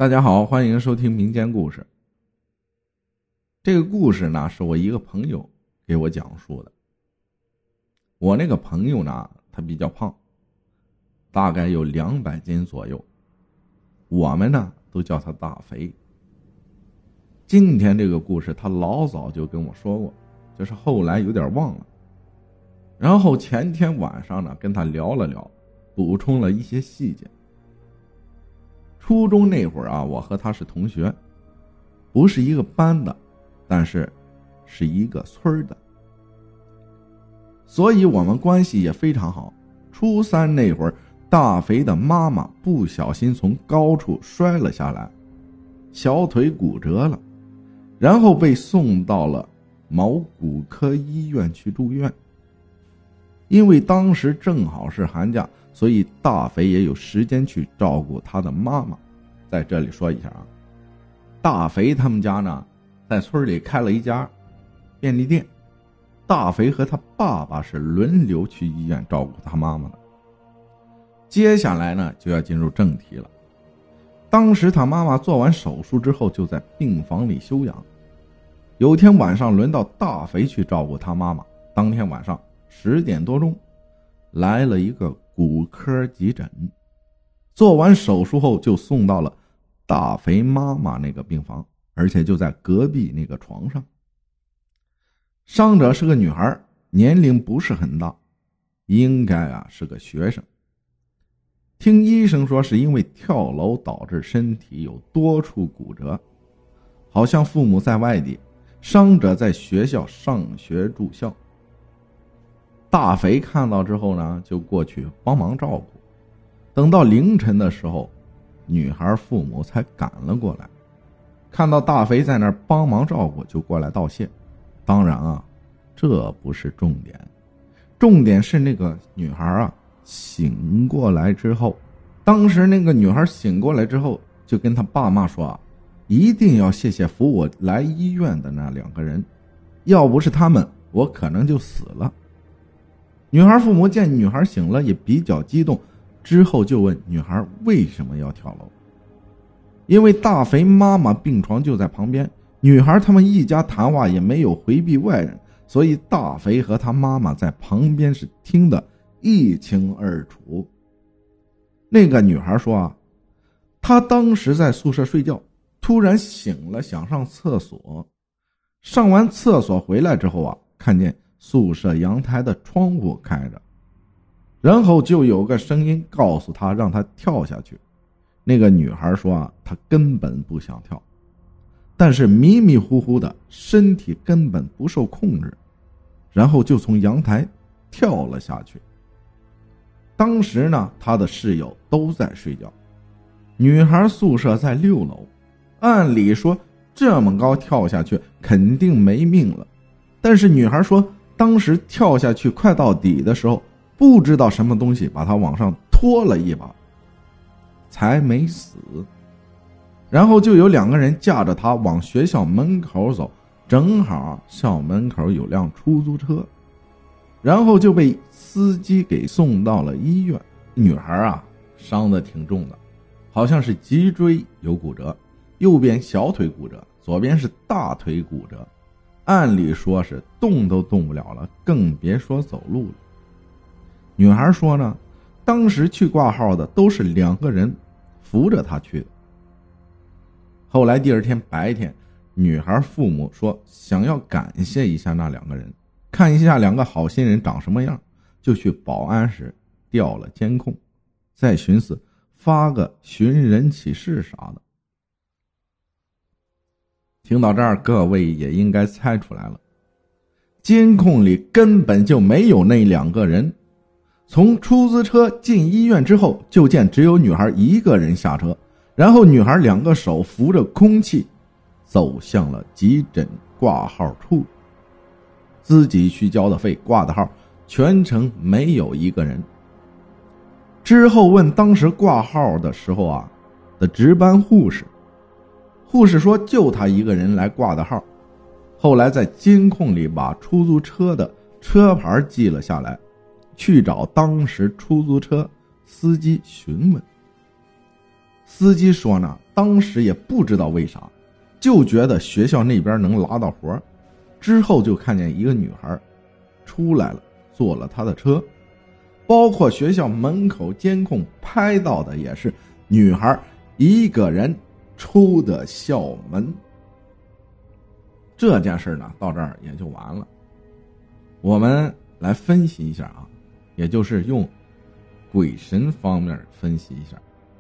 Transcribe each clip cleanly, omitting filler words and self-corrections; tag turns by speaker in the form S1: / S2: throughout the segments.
S1: 大家好，欢迎收听民间故事。这个故事呢，是我一个朋友给我讲述的。我那个朋友呢，他比较胖，大概有200斤左右，我们呢都叫他大肥。今天这个故事他老早就跟我说过，就是后来有点忘了，然后前天晚上呢跟他聊了聊，补充了一些细节。初中那会儿啊，我和他是同学，不是一个班的，但是是一个村的，所以我们关系也非常好。初3那会儿，大肥的妈妈不小心从高处摔了下来，小腿骨折了，然后被送到了某骨科医院去住院。因为当时正好是寒假，所以大肥也有时间去照顾他的妈妈。在这里说一下啊，大肥他们家呢，在村里开了一家便利店，大肥和他爸爸是轮流去医院照顾他妈妈的。接下来呢，就要进入正题了。当时他妈妈做完手术之后，就在病房里休养。有天晚上轮到大肥去照顾他妈妈，当天晚上10点多钟，来了一个骨科急诊，做完手术后就送到了大肥妈妈那个病房，而且就在隔壁那个床上。伤者是个女孩，年龄不是很大，应该是个学生。听医生说是因为跳楼导致身体有多处骨折，好像父母在外地，伤者在学校上学住校。大肥看到之后呢，就过去帮忙照顾。等到凌晨的时候，女孩父母才赶了过来，看到大肥在那儿帮忙照顾，就过来道谢。当然啊，这不是重点，重点是那个女孩醒过来之后，当时那个女孩醒过来之后，就跟她爸妈说一定要谢谢扶我来医院的那2个人，要不是他们，我可能就死了。女孩父母见女孩醒了也比较激动，之后就问女孩为什么要跳楼。因为大肥妈妈病床就在旁边，女孩他们一家谈话也没有回避外人，所以大肥和他妈妈在旁边是听得一清二楚。那个女孩说她当时在宿舍睡觉，突然醒了，想上厕所，上完厕所回来之后看见宿舍阳台的窗户开着，然后就有个声音告诉她让她跳下去。那个女孩说她根本不想跳，但是迷迷糊糊的，身体根本不受控制，然后就从阳台跳了下去。当时呢，她的室友都在睡觉，女孩宿舍在6楼，按理说这么高跳下去肯定没命了，但是女孩说当时跳下去快到底的时候，不知道什么东西把她往上拖了一把，才没死。然后就有2个人架着她往学校门口走，正好校门口有辆出租车，然后就被司机给送到了医院。女孩伤得挺重的，好像是脊椎有骨折，右边小腿骨折，左边是大腿骨折，按理说是动都动不了了，更别说走路了。女孩说呢，当时去挂号的都是2个人扶着她去的。后来第2天白天，女孩父母说想要感谢一下那2个人，看一下2个好心人长什么样，就去保安室调了监控，再寻思发个寻人启事啥的。听到这儿，各位也应该猜出来了，监控里根本就没有那2个人。从出租车进医院之后，就见只有女孩1个人下车，然后女孩2个手扶着空气走向了急诊挂号处，自己去交的费，挂的号，全程没有1个人。之后问当时挂号的时候的值班护士，护士说就她1个人来挂的号。后来在监控里把出租车的车牌记了下来，去找当时出租车司机询问。司机说呢， 当时也不知道为啥，就觉得学校那边能拉到活，之后就看见一个女孩出来了，坐了他的车，包括学校门口监控拍到的也是女孩一个人出的校门。这件事呢，到这儿也就完了。我们来分析一下啊，也就是用鬼神方面分析一下。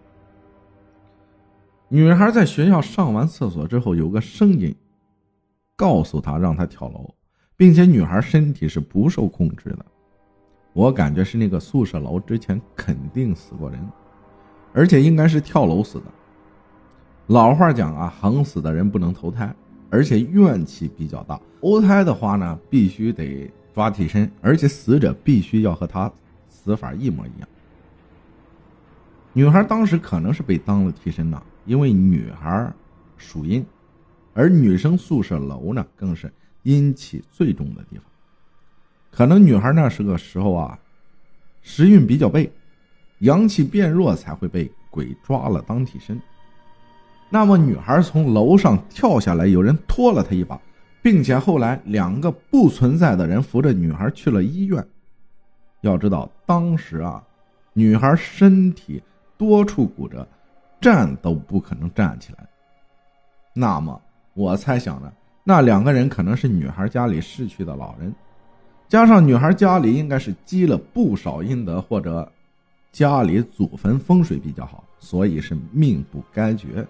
S1: 女孩在学校上完厕所之后，有个声音告诉她让她跳楼，并且女孩身体是不受控制的。我感觉是那个宿舍楼之前肯定死过人，而且应该是跳楼死的。老话讲啊，横死的人不能投胎，而且怨气比较大，投胎的话呢必须得抓替身，而且死者必须要和他死法一模一样。女孩当时可能是被当了替身呢，因为女孩属阴，而女生宿舍楼呢更是阴气最重的地方。可能女孩那是个时候啊，时运比较背，阳气变弱才会被鬼抓了当替身。那么女孩从楼上跳下来，有人拖了她一把，并且后来2个不存在的人扶着女孩去了医院。要知道当时啊，女孩身体多处骨折，站都不可能站起来。那么我猜想呢，那2个人可能是女孩家里逝去的老人，加上女孩家里应该是积了不少阴德，或者家里祖坟风水比较好，所以是命不该绝。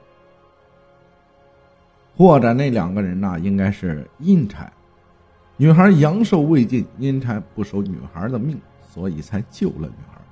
S1: 或者那2个人呢，应该是阴差，女孩阳寿未尽，阴差不守女孩的命，所以才救了女孩。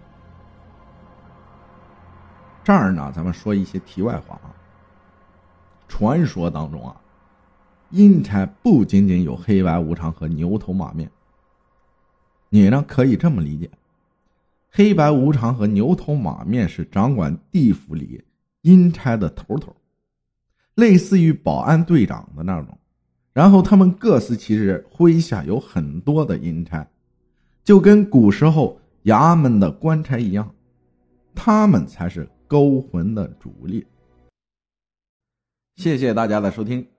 S1: 这儿呢，咱们说一些题外话啊。传说当中啊，阴差不仅仅有黑白无常和牛头马面，你呢可以这么理解，黑白无常和牛头马面是掌管地府里阴差的头头，类似于保安队长的那种，然后他们各司其职，麾下有很多的阴差，就跟古时候衙门的官差一样，他们才是勾魂的主力。谢谢大家的收听。